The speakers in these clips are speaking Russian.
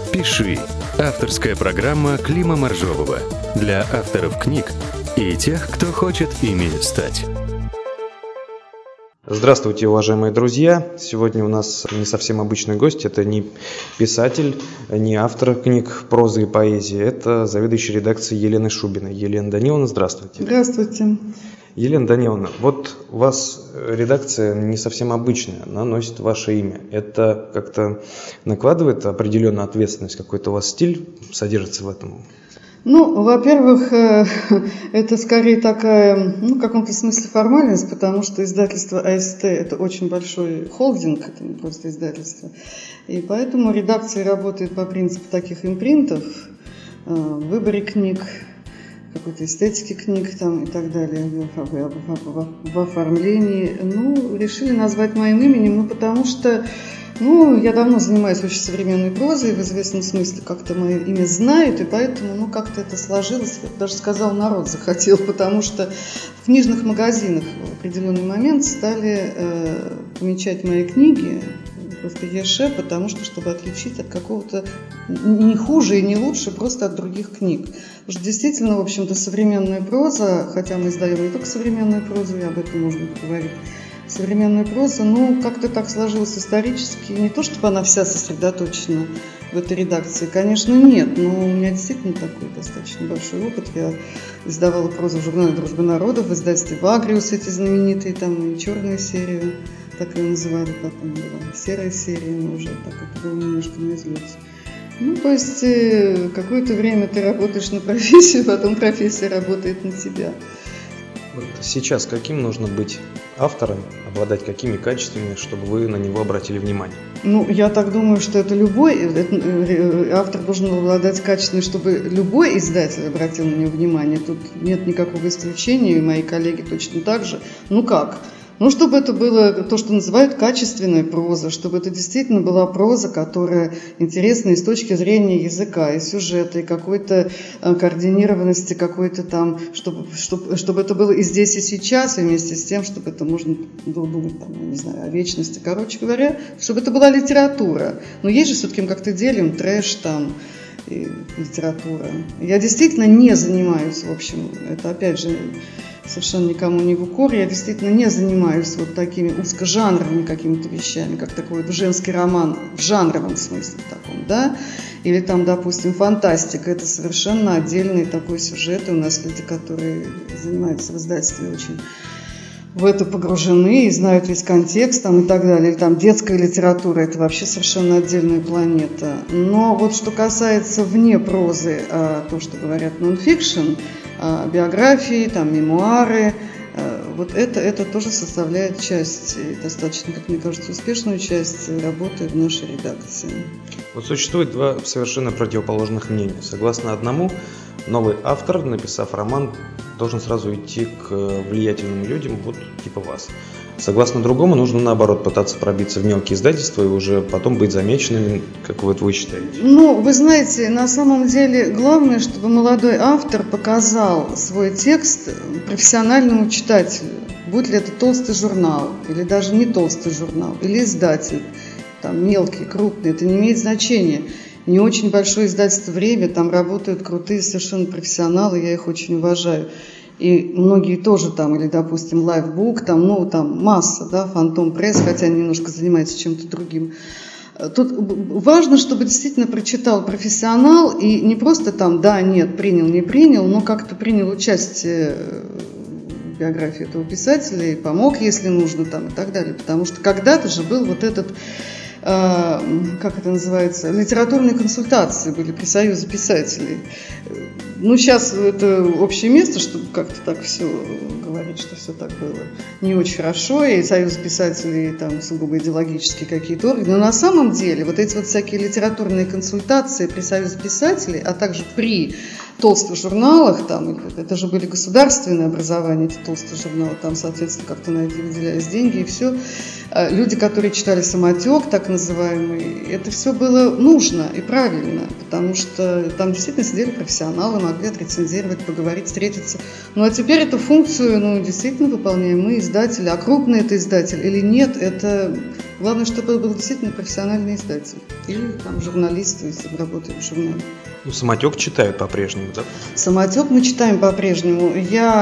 «Пиши» — авторская программа Клима Моржового для авторов книг и тех, кто хочет ими стать. Здравствуйте, уважаемые друзья! Сегодня у нас не совсем обычный гость. Это не писатель, не автор книг прозы и поэзии. Это заведующая редакцией Елена Шубина. Елена Даниловна, здравствуйте. Здравствуйте. Елена Даниловна, вот у вас редакция не совсем обычная, она носит ваше имя. Это как-то накладывает определенную ответственность, какой-то у вас стиль содержится в этом? Ну, во-первых, это скорее такая, в каком-то смысле формальность, потому что издательство АСТ – это очень большой холдинг, это не просто издательство. И поэтому редакция работает по принципу таких импринтов, в выборе книг, какой-то эстетики книг там, и так далее, в оформлении. Решили назвать моим именем, потому что я давно занимаюсь очень современной прозой, в известном смысле как-то мое имя знают, и поэтому, как-то это сложилось, я бы даже сказала, народ захотел, потому что в книжных магазинах в определенный момент стали помечать мои книги просто ЕШ, потому что, чтобы отличить от какого-то не хуже и не лучше, просто от других книг. Потому что действительно, в общем-то, современная проза, хотя мы издаем не только современную прозу, и об этом можно поговорить, современная проза, как-то так сложилось исторически. Не то, чтобы она вся сосредоточена в этой редакции, конечно, нет, но у меня действительно такой достаточно большой опыт. Я издавала прозу в журнале «Дружба народов», в издательстве «Вагриус», эти знаменитые, там и черную серию, так ее называли, потом была серая серия, но уже так это было немножко на излете. То есть какое-то время ты работаешь на профессию, потом профессия работает на тебя. Вот сейчас каким нужно быть автором, обладать какими качествами, чтобы вы на него обратили внимание? Я так думаю, что это любой автор должен обладать качествами, чтобы любой издатель обратил на него внимание. Тут нет никакого исключения, и мои коллеги точно так же. Чтобы это было то, что называют качественная проза, чтобы это действительно была проза, которая интересна и с точки зрения языка, и сюжета, и какой-то координированности, какой-то там, чтобы это было и здесь, и сейчас, и вместе с тем, чтобы это можно было думать, о вечности. Короче говоря, чтобы это была литература. Но есть же все-таки, мы как-то делим трэш и литература. Я действительно не занимаюсь, в общем, это опять же совершенно никому не в укор, я действительно не занимаюсь вот такими узкожанровыми какими-то вещами, как такой женский роман в жанровом смысле таком, да, или там, допустим, фантастика, это совершенно отдельный такой сюжет, и у нас люди, которые занимаются в издательстве, очень в это погружены и знают весь контекст и так далее. Или там детская литература, это вообще совершенно отдельная планета. Но вот что касается вне прозы, то, что говорят нон-фикшн, биографии, мемуары, вот это тоже составляет часть, достаточно, как мне кажется, успешную часть работы в нашей редакции. Вот существует два совершенно противоположных мнения. Согласно одному, новый автор, написав роман, должен сразу идти к влиятельным людям, вот типа вас. Согласно другому, нужно наоборот пытаться пробиться в мелкие издательства и уже потом быть замеченными, как вы считаете? Вы знаете, на самом деле главное, чтобы молодой автор показал свой текст профессиональному читателю, будь ли это толстый журнал, или даже не толстый журнал, или издатель, мелкий, крупный, это не имеет значения. Не очень большое издательство «Время», там работают крутые совершенно профессионалы, я их очень уважаю. И многие тоже или, допустим, Лайфбук, масса, Фантом Пресс, хотя они немножко занимаются чем-то другим. Тут важно, чтобы действительно прочитал профессионал и не просто нет, принял, не принял, но как-то принял участие в биографии этого писателя и помог, если нужно, и так далее. Потому что когда-то же был вот этот, как это называется, литературные консультации были при Союзе писателей. Сейчас это общее место, чтобы как-то так все говорить, что все так было не очень хорошо, и Союз писателей, сугубо идеологические какие-то органы. Но на самом деле вот эти всякие литературные консультации при Союзе писателей, а также при толстых журналах, это же были государственные образования, эти толстые журналы, соответственно, как-то на это выделялись деньги, и все. Люди, которые читали «Самотек», так называемый, это все было нужно и правильно, потому что там действительно сидели профессионалы, могли отрецензировать, поговорить, встретиться. А теперь эту функцию, действительно выполняем мы, издатели. А крупный это издатель или нет, это Главное, чтобы это был действительно профессиональный издатель. Или там журналист, если работает в журнале. Ну, «Самотек» читают по-прежнему, да? «Самотек» мы читаем по-прежнему.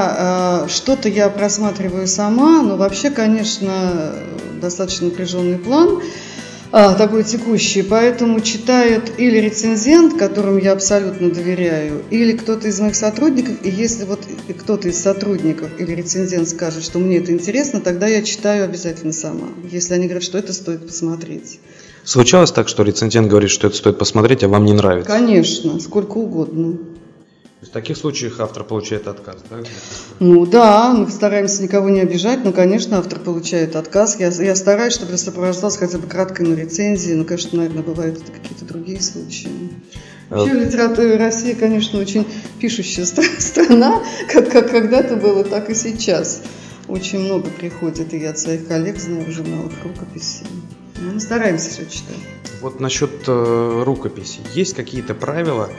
Что-то я просматриваю сама, но вообще, конечно, достаточно напряженный план, такой текущий, поэтому читает или рецензент, которому я абсолютно доверяю, или кто-то из моих сотрудников, и если вот кто-то из сотрудников или рецензент скажет, что мне это интересно, тогда я читаю обязательно сама, если они говорят, что это стоит посмотреть. Случалось так, что рецензент говорит, что это стоит посмотреть, а вам не нравится? Конечно, сколько угодно. В таких случаях автор получает отказ, да? Ну да, мы стараемся никого не обижать, но, конечно, автор получает отказ. Я стараюсь, чтобы это сопровождалось хотя бы краткой рецензией, но, конечно, наверное, бывают какие-то другие случаи. Вообще в литературе России, конечно, очень пишущая страна, как когда-то было, так и сейчас. Очень много приходит, и я от своих коллег знаю в журналах рукописи. Мы стараемся все читать. Вот насчет рукописи. Есть какие-то правила,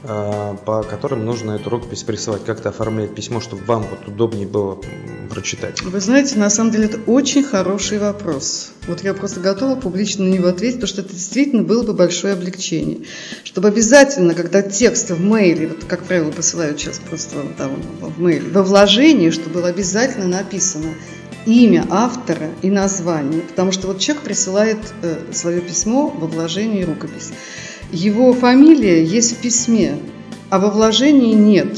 по которым нужно эту рукопись присылать? Как-то оформлять письмо, чтобы вам вот удобнее было прочитать? Вы знаете, на самом деле это очень хороший вопрос. Вот я просто готова публично на него ответить, потому что это действительно было бы большое облегчение. Чтобы обязательно, когда текст в мейле, вот как правило посылают сейчас просто там, в мейле, во вложении, чтобы было обязательно написано имя автора и название, потому что вот человек присылает свое письмо во вложении рукопись. Его фамилия есть в письме, а во вложении нет.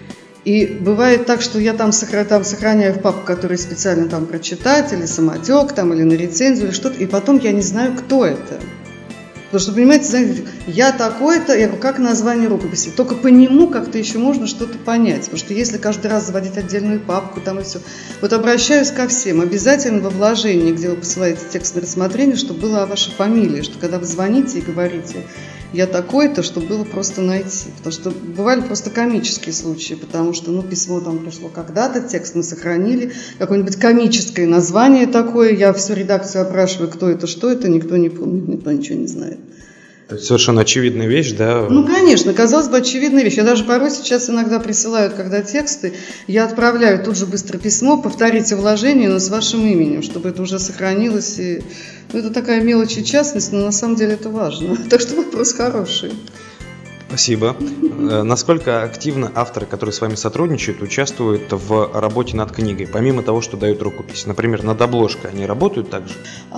И бывает так, что я там сохраняю в папку, которую специально там прочитать, или «Самотек», там, или на рецензию, или что-то, и потом я не знаю, кто это. Потому что, понимаете, знаете, я такой-то, я говорю, как название рукописи. Только по нему как-то еще можно что-то понять. Потому что если каждый раз заводить отдельную папку там и все. Вот обращаюсь ко всем. Обязательно во вложении, где вы посылаете текст на рассмотрение, чтобы была ваша фамилия. Что когда вы звоните и говорите, я такой-то, чтобы было просто найти. Потому что бывали просто комические случаи. Потому что, письмо там пришло когда-то, текст мы сохранили. Какое-нибудь комическое название такое. Я всю редакцию опрашиваю, кто это, что это. Никто не помнит, никто ничего не знает. То есть совершенно очевидная вещь, да? Ну, конечно, казалось бы, очевидная вещь. Я даже порой сейчас иногда присылают, когда тексты, я отправляю тут же быстро письмо, повторите вложение, но с вашим именем, чтобы это уже сохранилось. Это такая мелочь и частность, но на самом деле это важно. Так что вопрос хороший. Спасибо. Насколько активно авторы, которые с вами сотрудничают, участвуют в работе над книгой, помимо того, что дают рукопись? Например, над обложкой они работают также?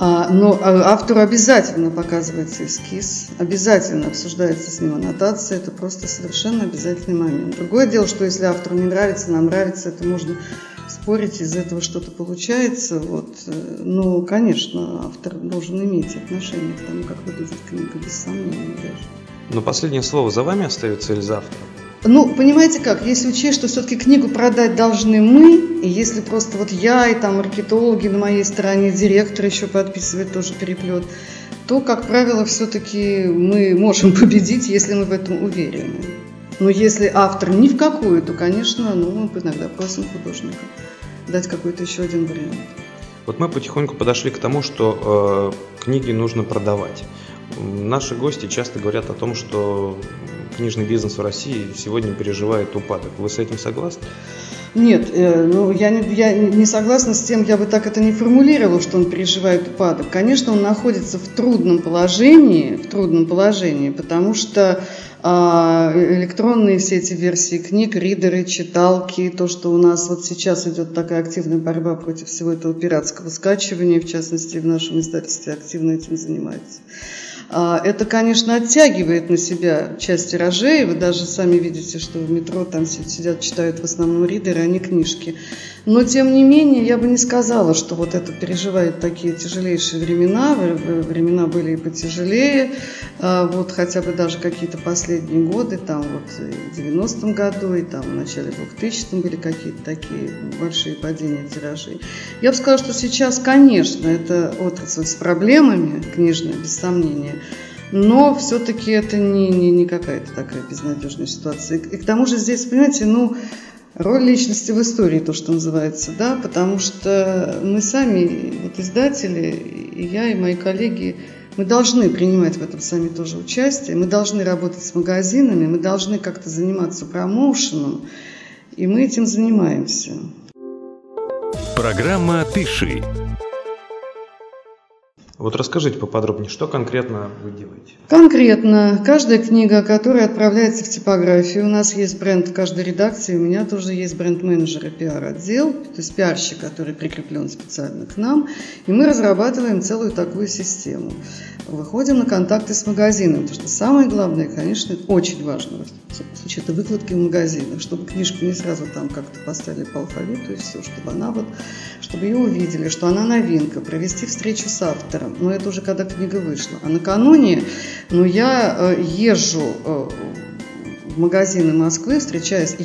Автору обязательно показывается эскиз, обязательно обсуждается с ним аннотация, это просто совершенно обязательный момент. Другое дело, что если автору не нравится, нам нравится, это можно спорить, из этого что-то получается. Но, конечно, автор должен иметь отношение к тому, как выглядит книга, без сомнения даже. Но последнее слово за вами остается или за автором? Понимаете как, если учесть, что все-таки книгу продать должны мы, и если просто я и там маркетологи на моей стороне, директор еще подписывает тоже переплет, то, как правило, все-таки мы можем победить, если мы в этом уверены. Но если автор ни в какую, то, конечно, мы иногда просим художника дать какой-то еще один вариант. Вот мы потихоньку подошли к тому, что книги нужно продавать. Наши гости часто говорят о том, что книжный бизнес в России сегодня переживает упадок. Вы с этим согласны? Нет, я не согласна с тем, я бы так это не формулировала, что он переживает упадок. Конечно, он находится в трудном положении, потому что электронные все эти версии книг, ридеры, читалки, то, что у нас сейчас идет такая активная борьба против всего этого пиратского скачивания, в частности, в нашем издательстве активно этим занимается. Это, конечно, оттягивает на себя часть тиражей. Вы даже сами видите, что в метро там сидят, читают в основном ридеры, а не книжки. Но, тем не менее, я бы не сказала, что это переживает такие тяжелейшие времена. Времена были и потяжелее. Хотя бы даже какие-то последние годы, в 90-м году, и в начале 2000-м были какие-то такие большие падения тиражей. Я бы сказала, что сейчас, конечно, это отрасль с проблемами книжная, без сомнения. Но все-таки это не какая-то такая безнадежная ситуация. И к тому же здесь, понимаете, роль личности в истории, то, что называется, да, потому что мы сами, издатели, и я, и мои коллеги, мы должны принимать в этом сами тоже участие, мы должны работать с магазинами, мы должны как-то заниматься промоушеном, и мы этим занимаемся. Программа «Пиши». Вот расскажите поподробнее, что конкретно вы делаете? Конкретно, каждая книга, которая отправляется в типографию, у нас есть бренд в каждой редакции, у меня тоже есть бренд-менеджер и пиар-отдел, то есть пиарщик, который прикреплен специально к нам, и мы разрабатываем целую такую систему. Выходим на контакты с магазином, потому что самое главное, конечно, это очень важно, в случае это выкладки в магазинах, чтобы книжку не сразу там как-то поставили по алфавиту и все, чтобы она вот, чтобы ее увидели, что она новинка, провести встречу с автором. Но это уже когда книга вышла. А накануне, я езжу в магазины Москвы, встречаюсь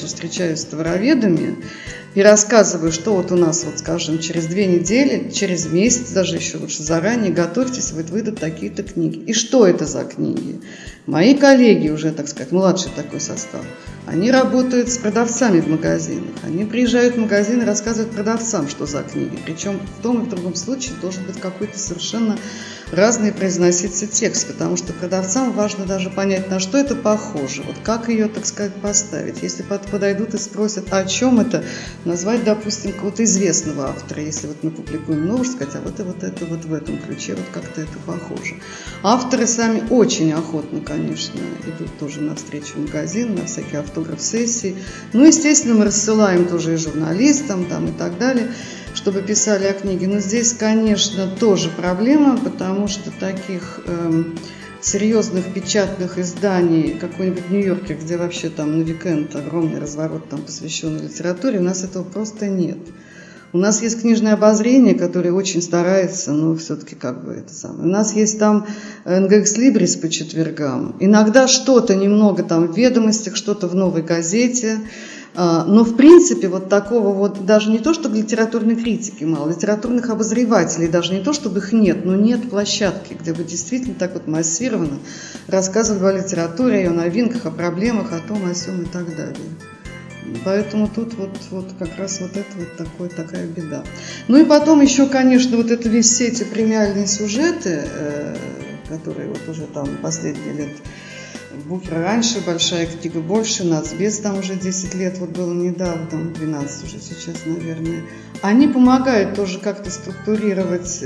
с товароведами и рассказываю, что вот у нас, вот скажем, через 2 недели, через месяц, даже еще лучше заранее, готовьтесь, вот выйдут такие-то книги. И что это за книги? Мои коллеги уже, так сказать, младший такой состав, они работают с продавцами в магазинах. Они приезжают в магазин и рассказывают продавцам, что за книги. Причем в том и в другом случае должен быть какой-то совершенно разный произноситься текст, потому что продавцам важно даже понять, на что это похоже, вот как ее, так сказать, поставить. Если подойдут и спросят, о чем это, назвать, допустим, какого-то известного автора, если вот мы публикуем новость, сказать, а вот это вот в этом ключе, вот как-то это похоже. Авторы сами очень охотно, конечно, идут тоже на встречу в магазин, на всякие автограф-сессии. Естественно, мы рассылаем тоже и журналистам там, и так далее, чтобы писали о книге. Но здесь, конечно, тоже проблема, потому что таких серьезных печатных изданий, какой-нибудь в Нью-Йорке, где вообще там на уикенд огромный разворот там посвященный литературе, у нас этого просто нет. У нас есть книжное обозрение, которое очень старается, но все-таки как бы это самое. У нас есть там НГЭКС Либрис по четвергам. Иногда что-то немного там в ведомостях, что-то в новой газете. Но в принципе вот такого вот, даже не то, чтобы литературной критики мало, литературных обозревателей даже не то, чтобы их нет, но нет площадки, где бы действительно так вот массированно рассказывали о литературе, о ее новинках, о проблемах, о том, о сём и так далее. Поэтому тут вот как раз вот это вот такая беда. И потом еще, конечно, вот это все эти премиальные сюжеты, которые вот уже там последние лет Букер раньше, большая книга больше, Нацбес там уже 10 лет, вот было недавно, там 12 уже сейчас, наверное. Они помогают тоже как-то структурировать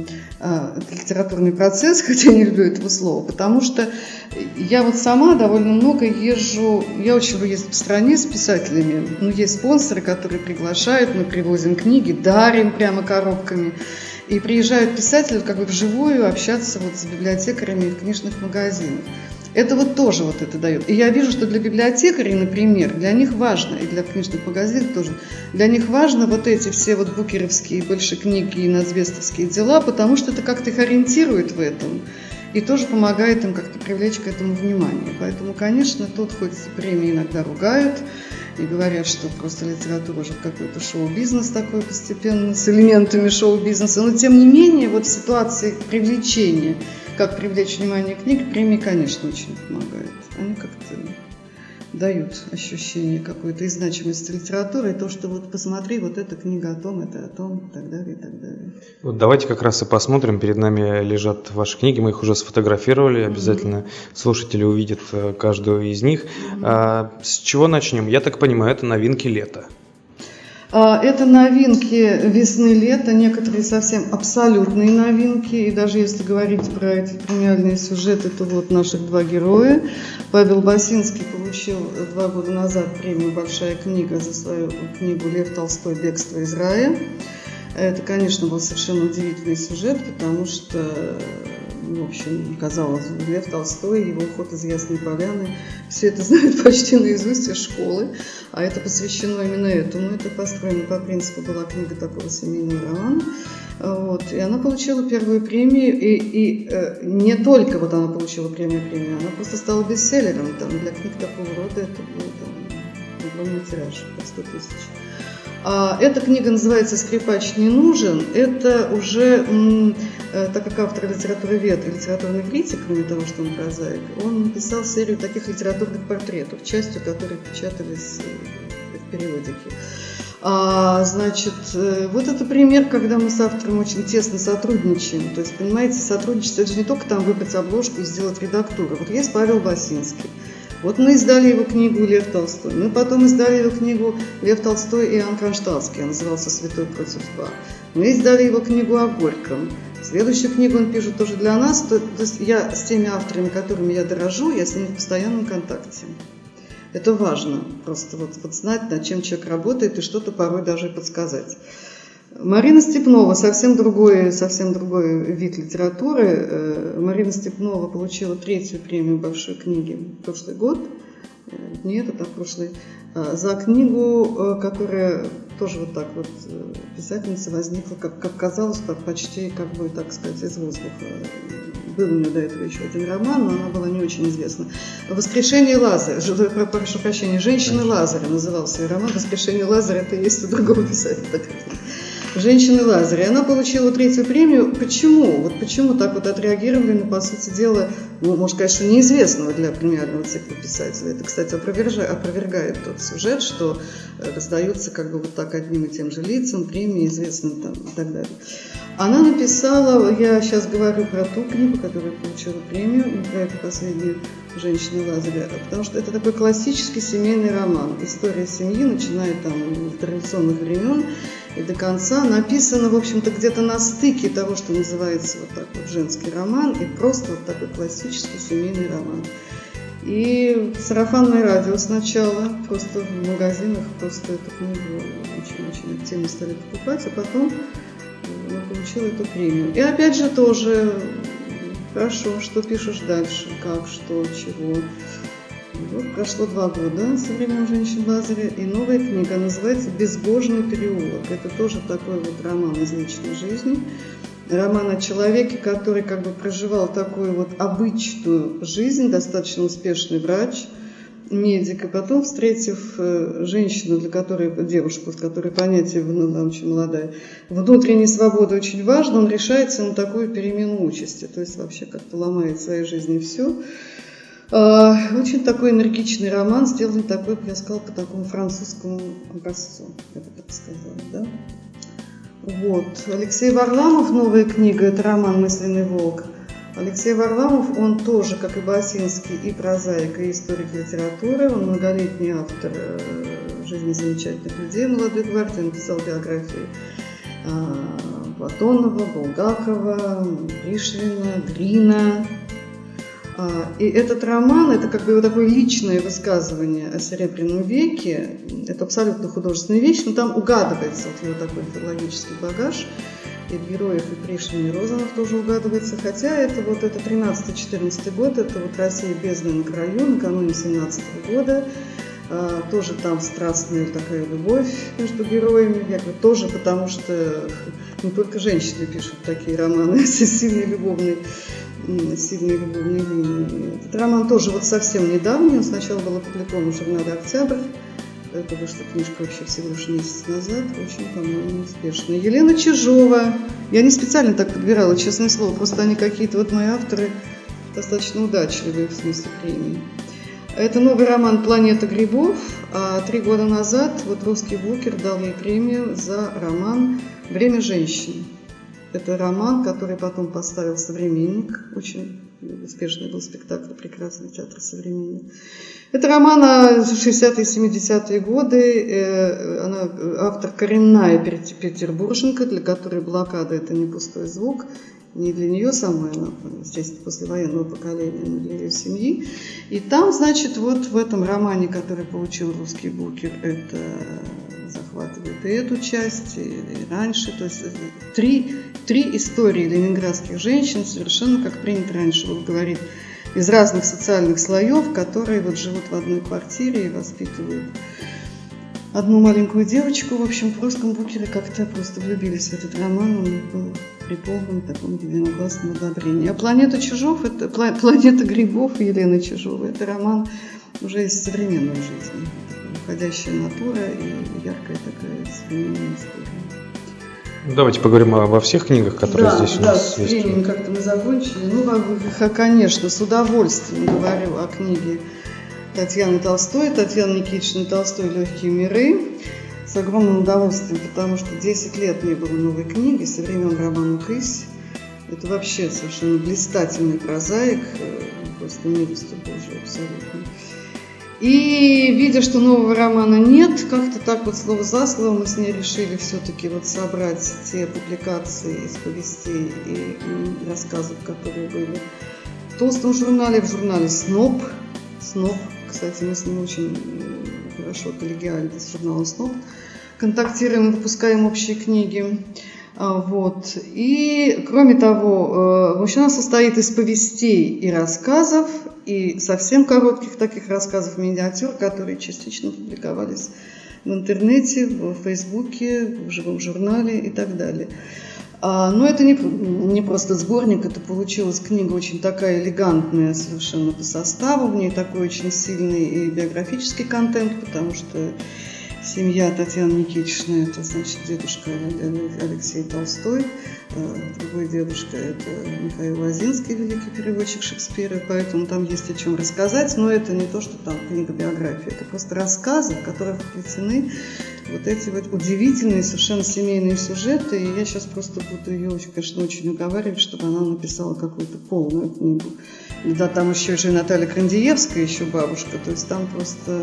литературный процесс, хотя я не люблю этого слова, потому что я вот сама довольно много езжу, я очень люблю ездить по стране с писателями, есть спонсоры, которые приглашают, мы привозим книги, дарим прямо коробками. И приезжают писатели как бы вживую общаться вот с библиотекарями в книжных магазинах. Это вот тоже вот это дает. И я вижу, что для библиотекарей, например, для них важно, и для книжных магазинов тоже, для них важно вот эти все вот букеровские больше книги и нацбестовские дела, потому что это как-то их ориентирует в этом и тоже помогает им как-то привлечь к этому внимание. Поэтому, конечно, тут хоть премии иногда ругают и говорят, что просто литература уже какой-то шоу-бизнес такой постепенно, с элементами шоу-бизнеса, но тем не менее, вот в ситуации привлечения, как привлечь внимание книг, премии, конечно, очень помогают. Они как-то дают ощущение какой-то и значимости литературы, и то, что вот посмотри, вот эта книга о том, это о том, и так далее, и так далее. Вот давайте как раз и посмотрим. Перед нами лежат ваши книги, мы их уже сфотографировали, обязательно слушатели увидят каждую из них. С чего начнем? Я так понимаю, это новинки лета. Это новинки весны-лета, некоторые совсем абсолютные новинки. И даже если говорить про эти премиальные сюжеты, то вот наших 2 героя. Павел Басинский получил 2 года назад премию «Большая книга» за свою книгу «Лев Толстой. Бегство из рая». Это, конечно, был совершенно удивительный сюжет, потому что, в общем, казалось, Лев Толстой, его уход из Ясной Поляны, все это знают почти наизусть из школы, а это посвящено именно этому. Это построено по принципу, была книга такого семейного романа. Вот, и она получила 1-ю премию, и не только вот она получила премию, она просто стала бестселлером. Там, для книг такого рода это был огромный тираж, по 100 тысяч. Эта книга называется «Скрипач не нужен». Это уже, так как автор литературовед и литературный критик, кроме того, что он прозаик, он написал серию таких литературных портретов, частью которых печатались в периодике. Значит, вот это пример, когда мы с автором очень тесно сотрудничаем. То есть, понимаете, сотрудничество – это же не только там выбрать обложку и сделать редактуру. Вот есть Павел Басинский. Вот мы издали его книгу «Лев Толстой». Мы потом издали его книгу «Лев Толстой и Иоанн Кронштадтский», она назывался «Святой против зла». Мы издали его книгу о Горьком. Следующую книгу он пишет тоже для нас. То есть я с теми авторами, которыми я дорожу, я с ними в постоянном контакте. Это важно, просто вот знать, над чем человек работает, и что-то порой даже подсказать. Марина Степнова, совсем другой вид литературы. Марина Степнова получила 3-ю премию большой книги в прошлый год, не этот, а прошлый, за книгу, которая тоже вот так вот писательница возникла, как казалось, почти, как бы, так сказать, из воздуха. Был у нее до этого еще один роман, но она была не очень известна. «Воскрешение Лазаря», прошу прощения, «Женщины Лазаря» назывался ее роман. «Воскрешение Лазаря» — это есть у другого писателя. «Женщины Лазаря». Она получила 3-ю премию. Почему? Вот почему так вот отреагировали на, по сути дела, может, конечно, неизвестного для премиального цикла писателя. Это, кстати, опровергает тот сюжет, что раздаются как бы вот так одним и тем же лицам премии, известным там и так далее. Она написала, я сейчас говорю про ту книгу, которая получила премию, не про эту последнюю «Женщину Лазаря», потому что это такой классический семейный роман. История семьи, начиная там с традиционных времен и до конца, написана, в общем-то, где-то на стыке того, что называется вот так вот женский роман, и просто вот такой классический семейный роман. И сарафанное радио сначала, просто в магазинах, просто эту книгу очень-очень активно стали покупать, а потом она получила эту премию. И опять же тоже, хорошо, что пишешь дальше, как, что, чего. Вот прошло 2 года со времен «Женщин Лазаря», и новая книга называется «Безбожный переулок». Это тоже такой вот роман из личной жизни. Роман о человеке, который как бы проживал такую вот обычную жизнь, достаточно успешный врач, медик, и потом, встретив женщину, девушку, с которой понятие, она очень молодая, внутренняя свобода очень важна, он решается на такую перемену участи, то есть вообще как-то ломает в своей жизни все. Очень такой энергичный роман, сделан такой, я сказала, по такому французскому образцу, я бы так сказала, да. Вот. Алексей Варламов, новая книга, это роман «Мысленный волк». Алексей Варламов, он тоже, как и Басинский, и прозаик, и историк литературы. Он многолетний автор «Жизни замечательных людей» молодой гвардии. Он писал биографии Платонова, Булгакова, Пришвина, Грина. И этот роман, это как бы его такое личное высказывание о Серебряном веке. Это абсолютно художественная вещь, но там угадывается вот его такой филологический багаж. И в героях, и Пришвин, и Розанов тоже угадывается. Хотя это 13-14 год, это вот Россия бездна на краю, накануне 17-го года. Тоже там страстная такая любовь между героями. Я говорю, тоже потому, что не только женщины пишут такие романы с сильной любовной линией. Этот роман тоже вот совсем недавний. Он сначала был опубликован в журнале «Октябрь». Это вышла книжка вообще всего лишь месяц назад. Очень, по-моему, успешная. Елена Чижова. Я не специально так подбирала, честное слово. Просто они какие-то вот мои авторы достаточно удачливые в смысле премии. Это новый роман «Планета грибов». А 3 года назад вот русский Букер дал ей премию за роман «Время женщин». Это роман, который потом поставил «Современник». Очень успешный был спектакль, прекрасный театр «Современник». Это роман о 60-е и 70-е годы. Она автор коренная петербурженка, для которой блокада – это не пустой звук. Не для нее самой, она, естественно, послевоенного поколения, но для ее семьи. И там, значит, вот в этом романе, который получил русский Букер, это захватывает и эту часть, и раньше. То есть три истории ленинградских женщин, совершенно, как принято раньше было говорить, из разных социальных слоев, которые вот живут в одной квартире и воспитывают одну маленькую девочку. В общем, в русском Букере как-то просто влюбились в этот роман, он был при полном таком единогласном одобрении. А «Планета чужов» — это «Планета грибов» Елены Чижовой. Это роман уже из современной жизни. Уходящая натура и яркая такая современная история. Давайте поговорим обо всех книгах, которые здесь у нас есть. Да, времени как-то мы закончили. Ну, конечно, с удовольствием говорю о книге Татьяны Толстой, Татьяны Никитичны Толстой «Легкие миры». С огромным удовольствием, потому что 10 лет не было новой книги со времен романа «Кысь». Это вообще совершенно блистательный прозаик, просто милостью Божией абсолютно. И видя, что нового романа нет, как-то так вот слово за слово мы с ней решили все-таки вот собрать те публикации из повестей и рассказов, которые были в толстом журнале, в журнале «Сноб». «Сноб», кстати, мы с ним очень хорошо коллегиально с журналом «Сноб» контактируем, выпускаем общие книги. Вот. И, кроме того, вообще она состоит из повестей и рассказов, и совсем коротких таких рассказов, миниатюр, которые частично публиковались в интернете, в Фейсбуке, в живом журнале и так далее. Но это не просто сборник, это получилась книга очень такая элегантная совершенно по составу, в ней такой очень сильный и биографический контент, потому что семья Татьяны Никитичны, это, значит, дедушка Алексей Толстой, другой дедушка – это Михаил Лозинский, великий переводчик Шекспира, поэтому там есть о чем рассказать, но это не то, что там книга биографии, это просто рассказы, в которых вплетены вот эти вот удивительные совершенно семейные сюжеты, и я сейчас просто буду ее, конечно, очень уговаривать, чтобы она написала какую-то полную книгу. Да, там еще же Наталья Крандиевская, еще бабушка, то есть там просто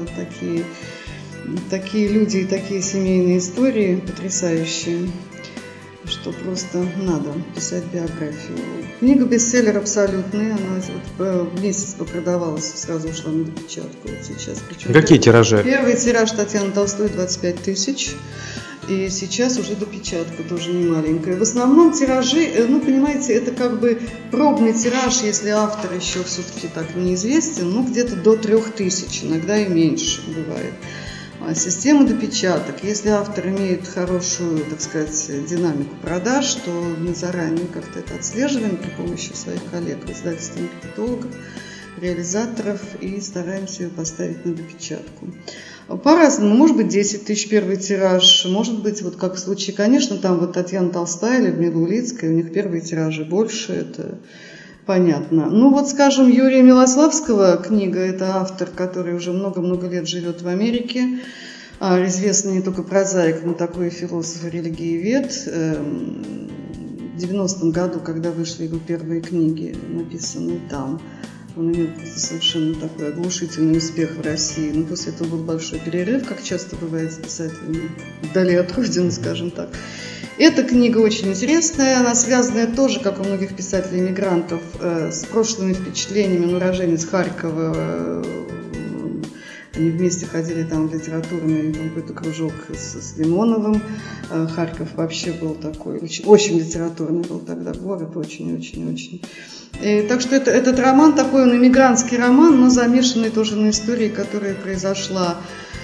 такие люди и такие семейные истории потрясающие, что просто надо писать биографию. Книга бестселлер абсолютный, она вот месяц продавалась, сразу ушла на допечатку вот сейчас. Причем Какие тиражи? Первый тираж Татьяны Толстой 25 тысяч, и сейчас уже допечатка тоже не маленькая. В основном тиражи, ну, понимаете, это как бы пробный тираж, если автор еще все-таки так неизвестен, ну, где-то до 3000, иногда и меньше бывает. Система допечаток. Если автор имеет хорошую, так сказать, динамику продаж, то мы заранее как-то это отслеживаем при помощи своих коллег, издательств, маркетологов, реализаторов и стараемся ее поставить на допечатку. По-разному. Может быть 10 тысяч первый тираж, может быть, вот как в случае, конечно, там вот Татьяна Толстая или Людмила Улицкая, у них первые тиражи больше, это понятно. Ну вот, скажем, Юрия Милославского книга, это автор, который уже много-много лет живет в Америке, известный не только прозаик, но такой философ и религиевед. В 90-м году, когда вышли его первые книги, написанные там, он имел просто совершенно такой оглушительный успех в России. Но после этого был большой перерыв, как часто бывает с писателями вдали от родины, скажем так. Эта книга очень интересная, она связанная тоже, как у многих писателей-эмигрантов, с прошлыми впечатлениями. Он уроженец Харькова, они вместе ходили там в литературный какой-то кружок с Лимоновым. Харьков вообще был такой, очень литературный был тогда город, очень-очень-очень. Так что этот роман такой, он эмигрантский роман, но замешанный тоже на истории, которая произошла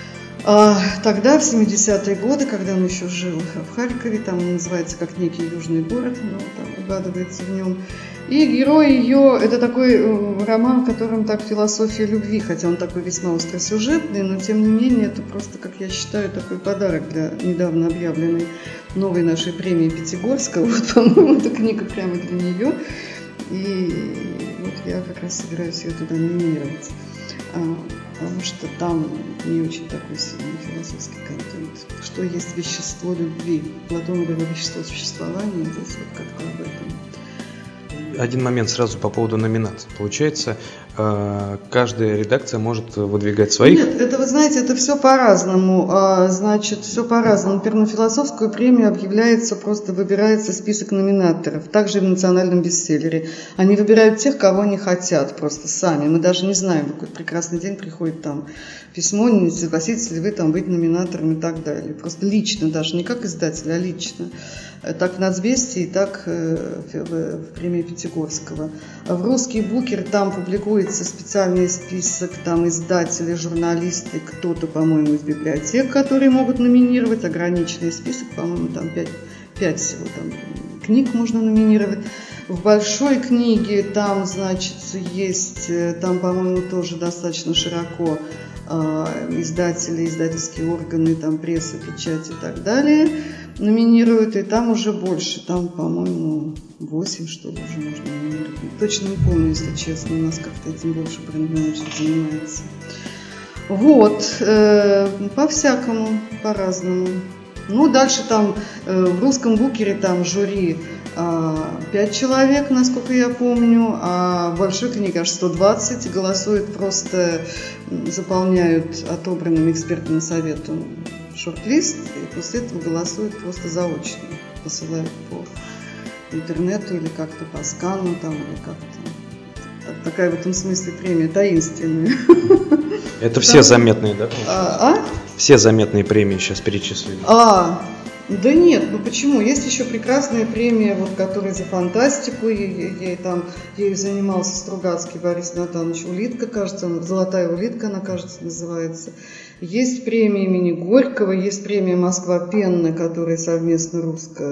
тогда, в 70-е годы, когда он еще жил в Харькове, там он называется как некий южный город, но там угадывается в нем. И герой ее, это такой роман, в котором так философия любви, хотя он такой весьма остросюжетный, но тем не менее это просто, как я считаю, такой подарок для недавно объявленной новой нашей премии Пятигорска. Вот, по-моему, эта книга прямо для нее. И вот я как раз собираюсь ее туда номинировать. Потому что там не очень такой сильный философский контент. Что есть вещество любви? Платон говорил вещество существования, здесь вот как-то об этом. Один момент сразу по поводу номинаций. Получается, каждая редакция может выдвигать своих? Нет, это, вы знаете, это все по-разному. Значит, все по-разному. Например, на философскую премию объявляется, просто выбирается список номинаторов. Также и в национальном бестселлере. Они выбирают тех, кого они хотят, просто сами. Мы даже не знаем, в какой прекрасный день приходит там письмо, не согласитесь ли вы там быть номинатором и так далее. Просто лично, даже не как издатель, а лично. Так в «Нацвестии», так в премии Пятигорского. В «Русский букер» там публикуется специальный список, там издатели, журналисты, кто-то, по-моему, из библиотек, которые могут номинировать. Ограниченный список, по-моему, там 5 всего там книг можно номинировать. В «Большой книге» там, значит, есть, там, по-моему, тоже достаточно широко издатели, издательские органы, там пресса, печать и так далее номинируют, и там уже больше, там, по-моему, 8, что ли, уже можно номинировать. Точно не помню, если честно, у нас как-то этим больше бренд-менеджер занимается. Вот, по-всякому, по-разному. Ну, дальше там в «Русском букере» там жюри 5 человек, насколько я помню, а в большой книге аж 120, голосуют просто, заполняют отобранным экспертным советом шорт-лист, и после этого голосуют просто заочно, посылают по интернету или как-то по скану там, или как-то. Такая в этом смысле премия таинственная. Это все заметные, да? Все заметные премии сейчас перечислили. Да нет, ну почему? Есть еще прекрасная премия, вот, которая за фантастику, ею занимался Стругацкий Борис Натанович, «Улитка», кажется, «Золотая улитка», она, кажется, называется. Есть премия имени Горького, есть премия «Москва-Пенна», которая совместно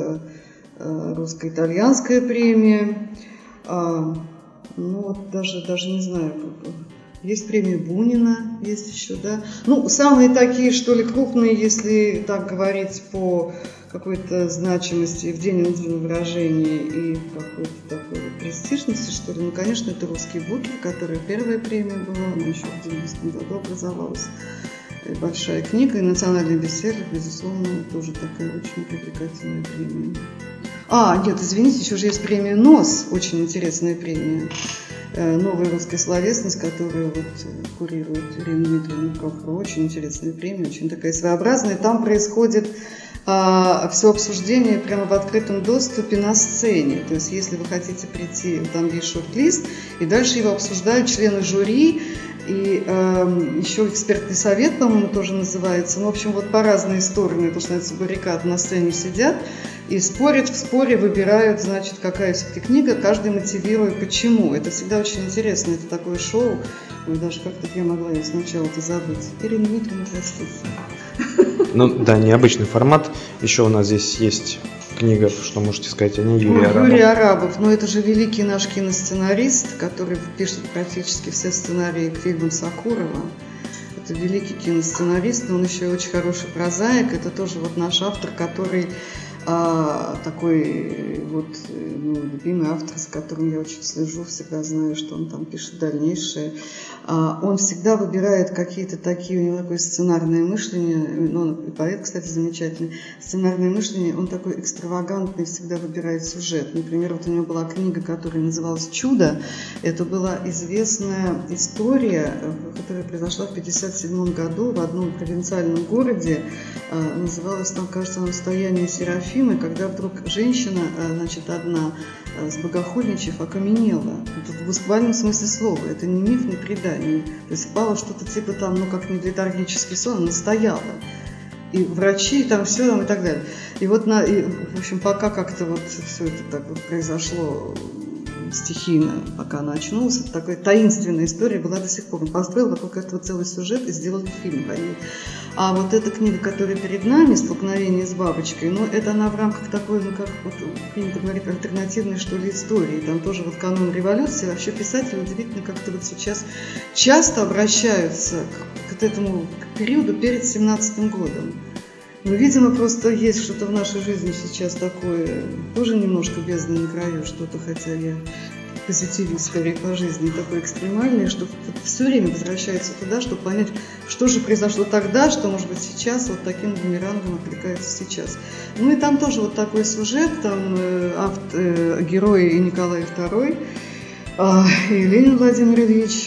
русско-итальянская премия. Ну вот даже не знаю, есть премия Бунина, есть еще, да. Ну, самые такие, что ли, крупные, если так говорить по какой-то значимости в денежном выражении и какой-то такой престижности, что ли, ну, конечно, это «Русский букет», которая первая премия была, она еще в 90-м году образовалась. Большая книга и национальный бестселлер, безусловно, тоже такая очень привлекательная премия. Нет, извините, еще же есть премия «НОС», очень интересная премия. Новая русская словесность, которую вот курирует Ирина Дмитриевна Прохорова. Очень интересная премия, очень такая своеобразная. Там происходит все обсуждение прямо в открытом доступе на сцене. То есть, если вы хотите прийти, там есть шорт-лист, и дальше его обсуждают члены жюри, и еще экспертный совет, по-моему, тоже называется. Ну, в общем, вот по разные стороны, потому что на баррикад на сцене сидят и спорят, в споре выбирают, значит, какая все-таки книга, каждый мотивирует, почему. Это всегда очень интересно, это такое шоу. Ой, даже как-то я могла ее сначала-то забыть. Ирина Дмитриевна, простите. Ну да, необычный формат. Еще у нас здесь есть книга, что можете сказать о ней, Юрий Арабов. Юрий Арабов, но это же великий наш киносценарист, который пишет практически все сценарии к фильмам Сокурова. Это великий киносценарист, но он еще и очень хороший прозаик. Это тоже вот наш автор, который такой вот любимый автор, с которым я очень слежу, всегда знаю, что он там пишет дальнейшее. Он всегда выбирает какие-то такие, у него такое сценарное мышление, ну, он и поэт, кстати, замечательный, сценарное мышление, он такой экстравагантный, всегда выбирает сюжет. Например, вот у него была книга, которая называлась «Чудо». Это была известная история, которая произошла в 1957 году в одном провинциальном городе. Называлась там, кажется, «Настояние Серафимы», когда вдруг женщина, значит, одна, сбогохульничав, окаменела. Это в буквальном смысле слова. Это не миф, не предание. То есть впало что-то типа там, ну, как не летаргический сон, она стояла. И врачи, там все, там, и так далее. И вот, в общем, пока как-то вот все это так вот произошло стихийно, пока она очнулась, это такая таинственная история была до сих пор. Он построил вокруг этого целый сюжет и сделал фильм по ней. А вот эта книга, которая перед нами, «Столкновение с бабочкой», ну, это она в рамках такой, ну, как вот принято говорить, альтернативной, что ли, истории. Там тоже вот канун революции. Вообще писатели удивительно как-то вот сейчас часто обращаются к этому периоду перед 17-м годом. Ну, видимо, просто есть что-то в нашей жизни сейчас такое, тоже немножко бездны на краю, что-то, хотя я позитивист скорее по жизни, такое экстремальное, что все время возвращается туда, чтобы понять, что же произошло тогда, что, может быть, сейчас вот таким бумерангом откликается сейчас. Ну и там тоже вот такой сюжет, там герои и Николай II, и Ленин Владимир Ильич,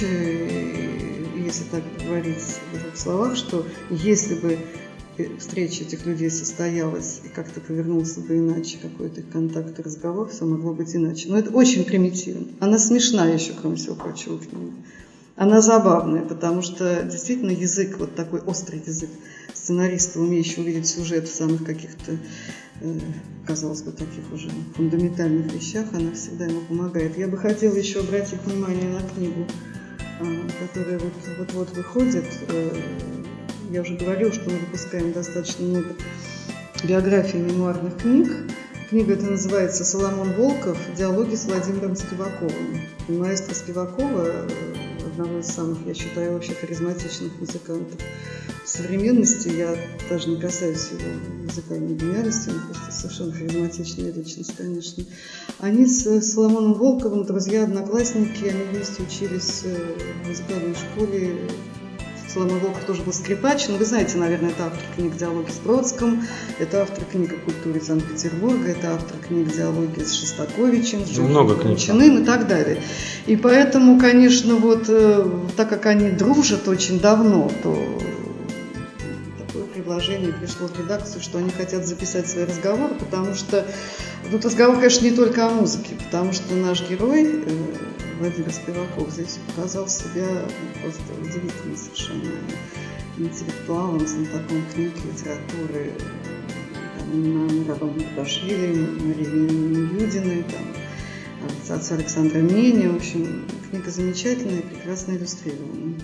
если так говорить в двух словах, что если бы встреча этих людей состоялась и как-то повернулся бы иначе, какой-то контакт и разговор, все могло быть иначе. Но это очень примитивно. Она смешная еще, кроме всего прочего, книга. Она забавная, потому что действительно язык, вот такой острый язык сценариста, умеющий увидеть сюжет в самых каких-то, казалось бы, таких уже фундаментальных вещах, она всегда ему помогает. Я бы хотела еще обратить внимание на книгу, которая вот выходит. Я уже говорила, что мы выпускаем достаточно много биографий и мемуарных книг. Книга эта называется «Соломон Волков. Диалоги с Владимиром Спиваковым». Маэстро Спивакова, одного из самых, я считаю, вообще харизматичных музыкантов современности. Я даже не касаюсь его музыкальной гениальности, он просто совершенно харизматичная личность, конечно. Они с Соломоном Волковым друзья-одноклассники, они вместе учились в музыкальной школе Соломон Волков тоже был скрипач, но вы знаете, наверное, это автор книг «Диалоги с Бродским», это автор книг о культуре Санкт-Петербурга, это автор книг «Диалоги с Шостаковичем», с Джорджем и так далее. И поэтому, конечно, вот так как они дружат очень давно, то такое предложение пришло в редакцию, что они хотят записать свои разговоры, потому что тут разговор, конечно, не только о музыке, потому что наш герой Владимир Спиваков здесь показал себя просто удивительным совершенно интеллектуалом, знатоком книг, литературы, Мироном Башвили, Марии Юдиной, отца Александра Мени. В общем, книга замечательная, прекрасно иллюстрирована.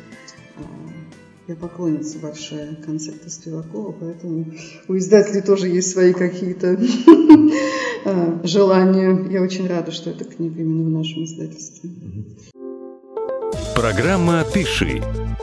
Я поклонница большая концепта Спивакова, поэтому у издателей тоже есть свои какие-то желания. Я очень рада, что эта книга именно в нашем издательстве. Программа «Пиши».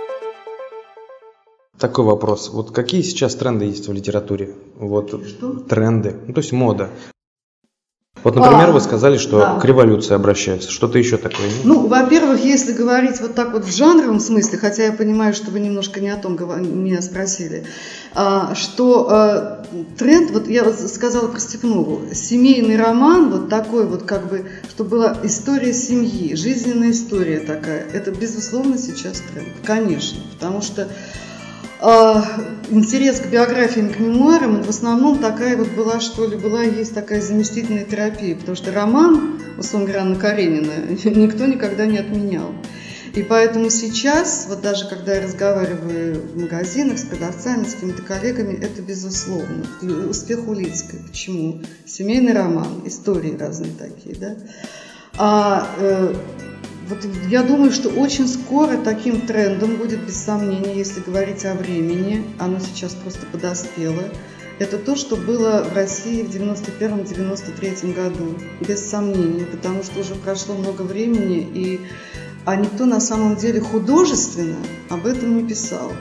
Такой вопрос. Вот какие сейчас тренды есть в литературе? Вот что? Тренды, то есть мода. Вот, например, вы сказали, что к революции обращаются. Что-то еще такое есть? Ну, во-первых, если говорить вот так вот в жанровом смысле, хотя я понимаю, что вы немножко не о том меня спросили, что тренд, вот я сказала про Степнову, семейный роман, вот такой вот как бы, чтобы была история семьи, жизненная история такая, это, безусловно, сейчас тренд, конечно, потому что интерес к биографиям, к мемуарам, в основном такая вот была, что ли, есть такая заместительная терапия, потому что роман, условно говоря, Анна Каренина, никто никогда не отменял. И поэтому сейчас, вот даже когда я разговариваю в магазинах с продавцами, с какими-то коллегами, это безусловно. Успех Улицкой. Почему? Семейный роман, истории разные такие, да. Вот я думаю, что очень скоро таким трендом будет, без сомнения, если говорить о времени, оно сейчас просто подоспело, это то, что было в России в 91-93 году, без сомнения, потому что уже прошло много времени, а никто на самом деле художественно об этом не писал.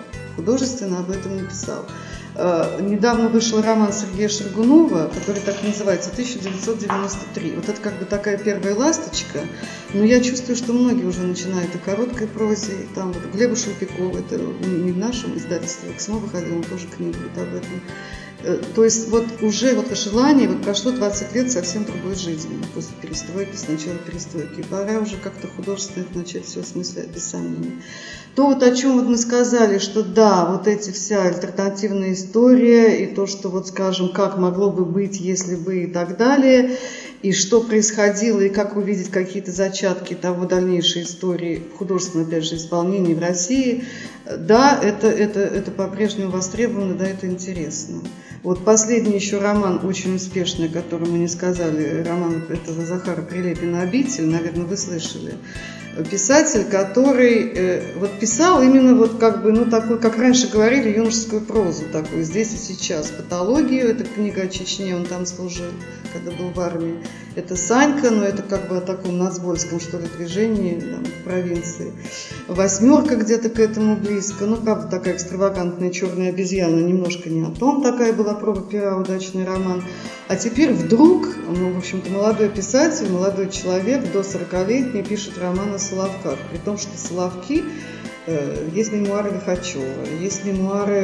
Недавно вышел роман Сергея Шаргунова, который так называется «1993». Вот это как бы такая первая ласточка, но я чувствую, что многие уже начинают о короткой прозе. Там вот Глеба Шелпикова, это не в нашем издательстве, в КСМО выходил, он тоже книгу вот об этом. То есть вот уже вот желание, вот прошло 20 лет совсем другой жизни, после перестройки, с начала перестройки. И пора уже как-то художественно начать все осмыслять, без сомнения. То вот о чем вот мы сказали, что да, вот эти вся альтернативная история и то, что вот скажем, как могло бы быть, если бы и так далее, и что происходило, и как увидеть какие-то зачатки того дальнейшей истории в художественном, опять же, исполнении в России, да, это по-прежнему востребовано, да, это интересно. Вот последний еще роман, очень успешный, о котором мы не сказали, роман этого Захара Прилепина «Обитель», наверное, вы слышали. Писатель, который вот писал именно вот как бы, ну такой, как раньше говорили, юношескую прозу такую, здесь и сейчас. «Патологию», это книга о Чечне, он там служил, когда был в армии. Это «Санька», но это как бы о таком нацбольском, что ли, движении там, в провинции. «Восьмерка» где-то к этому близко, ну, правда, такая экстравагантная «Черная обезьяна», немножко не о том, такая была проба пера, удачный роман. А теперь вдруг, ну, в общем-то, молодой писатель, молодой человек, до 40-летний, пишет роман о Соловках, при том, что Соловки, есть мемуары Лихачева, есть мемуары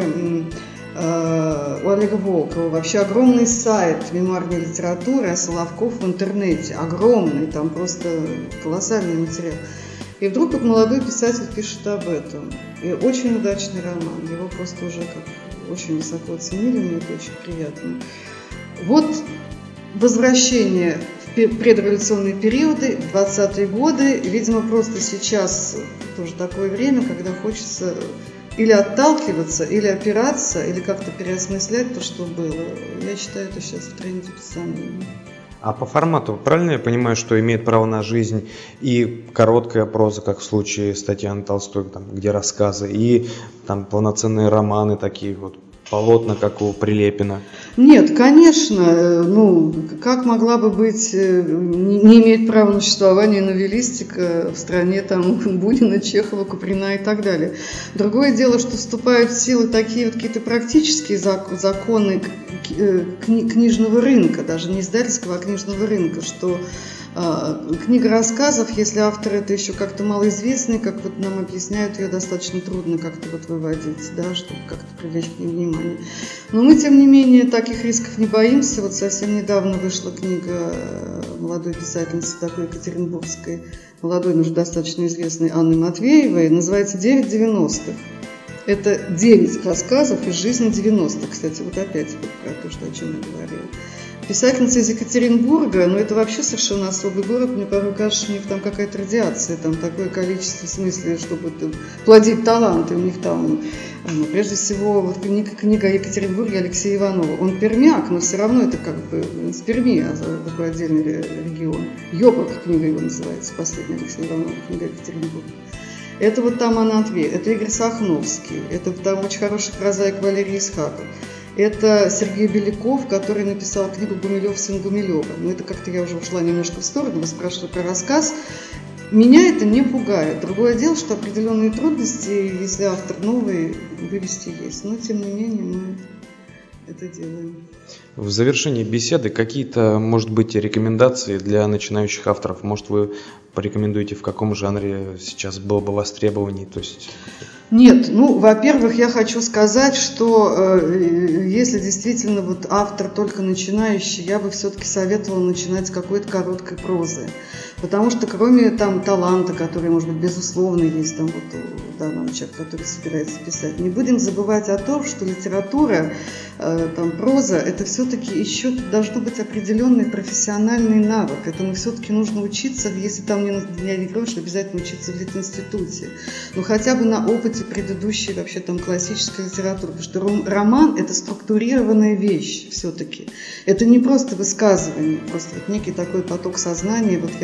у Олега Волкова, вообще огромный сайт мемуарной литературы о Соловков в интернете, огромный, там просто колоссальный материал. И вдруг вот молодой писатель пишет об этом. И очень удачный роман, его просто уже как очень высоко оценили, мне это очень приятно. Вот возвращение в предреволюционные периоды, в 20-е годы, видимо, просто сейчас тоже такое время, когда хочется или отталкиваться, или опираться, или как-то переосмыслять то, что было. Я считаю, это сейчас в тренде, без сомнения. А по формату, правильно я понимаю, что имеет право на жизнь и короткая проза, как в случае с Татьяной Толстой, там, где рассказы, и там полноценные романы такие вот, полотна, как у Прилепина? Нет, конечно, ну, как могла бы быть, не имеет права на существование новеллистика в стране там Бунина, Чехова, Куприна и так далее. Другое дело, что вступают в силу такие вот какие-то практические законы книжного рынка, даже не издательского, а книжного рынка, что Книга рассказов, если автор это еще как-то малоизвестный, как вот нам объясняют, ее достаточно трудно как-то вот выводить, да, чтобы как-то привлечь к ней внимание. Но мы, тем не менее, таких рисков не боимся. Вот совсем недавно вышла книга молодой писательницы такой екатеринбургской, молодой, но уже достаточно известной Анны Матвеевой, называется «9 90-х». Это 9 рассказов из жизни 90-х. Кстати, вот опять вот про то, о чем я говорила. Писательница из Екатеринбурга, но это вообще совершенно особый город. Мне порой кажется, что у них там какая-то радиация, там такое количество, в смысле, чтобы плодить таланты. У них там, прежде всего, вот книга о Екатеринбурге Алексея Иванова. Он пермяк, но все равно это как бы с Перми, такой отдельный регион. Йобок книга его называется, последняя Алексея Иванова, книга Екатеринбурга. Это вот там Анатвей, это Игорь Сахновский, это там очень хороший прозаик Валерий Исхаков. Это Сергей Беляков, который написал книгу «Гумилев, сын Гумилева». Но это как-то я уже ушла немножко в сторону, вы спрашивали про рассказ. Меня это не пугает. Другое дело, что определенные трудности, если автор новый, вывести есть. Но, тем не менее, мы это делаем. В завершении беседы какие-то, может быть, рекомендации для начинающих авторов? Может, вы порекомендуете, в каком жанре сейчас было бы востребованнее? То есть... Нет, во-первых, я хочу сказать, что если действительно вот автор только начинающий, я бы все-таки советовала начинать с какой-то короткой прозы. Потому что кроме там таланта, который, может быть, безусловно есть там вот у данного человека, который собирается писать, не будем забывать о том, что литература, там проза, это все-таки еще должно быть определенный профессиональный навык. Этому все-таки нужно учиться, если там я не говорю, что обязательно учиться в литинституте, но хотя бы на опыте предыдущей вообще там классической литературы, потому что роман – это структурированная вещь все-таки. Это не просто высказывание, просто вот некий такой поток сознания, вот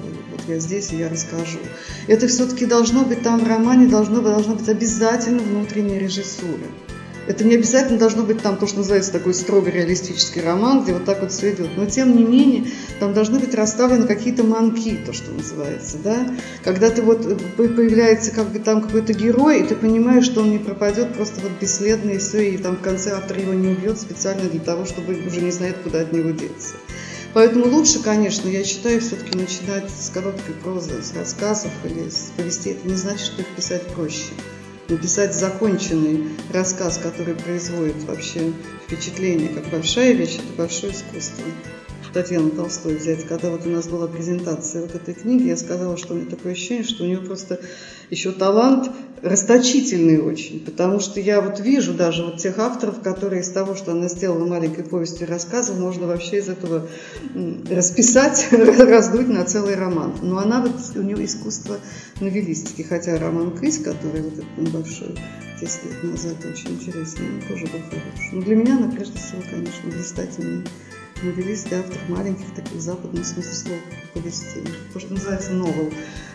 я здесь, и я расскажу. Это все-таки должно быть там в романе, должно быть обязательно внутренняя режиссура. Это не обязательно должно быть там то, что называется такой строго реалистический роман, где вот так вот все идет. Но тем не менее, там должны быть расставлены какие-то манки, то, что называется, да. Когда ты вот появляется как бы там какой-то герой, и ты понимаешь, что он не пропадет просто вот бесследно, и все, и там в конце автор его не убьет специально для того, чтобы уже не знает, куда от него деться. Поэтому лучше, конечно, я считаю, все-таки начинать с короткой прозы, с рассказов или с повестей. Это не значит, что их писать проще. Написать законченный рассказ, который производит вообще впечатление, как большая вещь, это большое искусство. Татьяну Толстой взять, когда вот у нас была презентация вот этой книги, я сказала, что у меня такое ощущение, что у нее просто еще талант расточительный очень, потому что я вот вижу даже вот тех авторов, которые из того, что она сделала маленькой повестью и рассказом, можно вообще из этого расписать, раздуть на целый роман. Но она вот, у нее искусство новеллистики, хотя роман «Кысь», который вот этот небольшой 10 лет назад очень интересный, он тоже был хороший. Но для меня она прежде всего, конечно, блистательный новеллист и автор маленьких таких в западном смысле слов повестей, то, что называется новелл.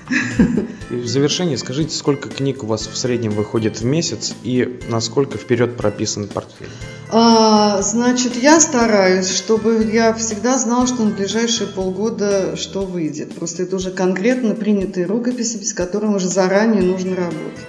И в завершении скажите, сколько книг у вас в среднем выходит в месяц и насколько вперед прописан портфель? Значит, я стараюсь, чтобы я всегда знала, что на ближайшие полгода что выйдет. Просто это уже конкретно принятые рукописи, без которых уже заранее нужно работать.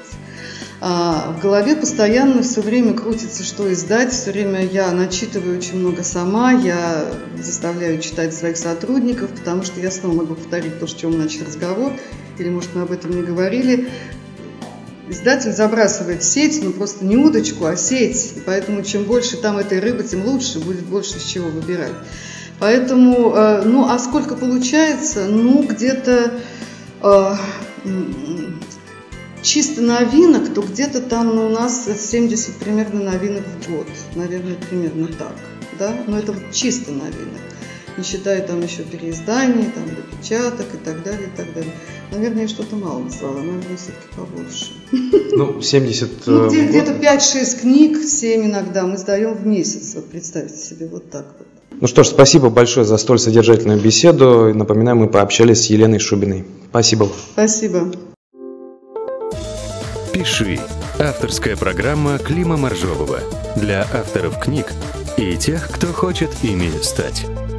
В голове постоянно все время крутится, что издать, все время я начитываю очень много сама, я заставляю читать своих сотрудников, потому что я снова могу повторить то, с чего мы начали разговор, или, может, мы об этом не говорили. Издатель забрасывает в сеть, просто не удочку, а сеть, поэтому чем больше там этой рыбы, тем лучше, будет больше с чего выбирать. Поэтому, а сколько получается? Где-то... чисто новинок, то где-то там у нас 70 примерно новинок в год. Наверное, примерно так. Да? Но это вот чисто новинок. Не считая там еще переизданий, там допечаток и так далее, и так далее. Наверное, я что-то мало назвала, наверное, все-таки побольше. 70 где-то 5-6 книг, 7 иногда мы сдаем в месяц. Вот представьте себе, вот так вот. Ну что ж, спасибо большое за столь содержательную беседу. Напоминаю, мы пообщались с Еленой Шубиной. Спасибо. Спасибо. «Пиши» – авторская программа Клима Моржового для авторов книг и тех, кто хочет ими стать.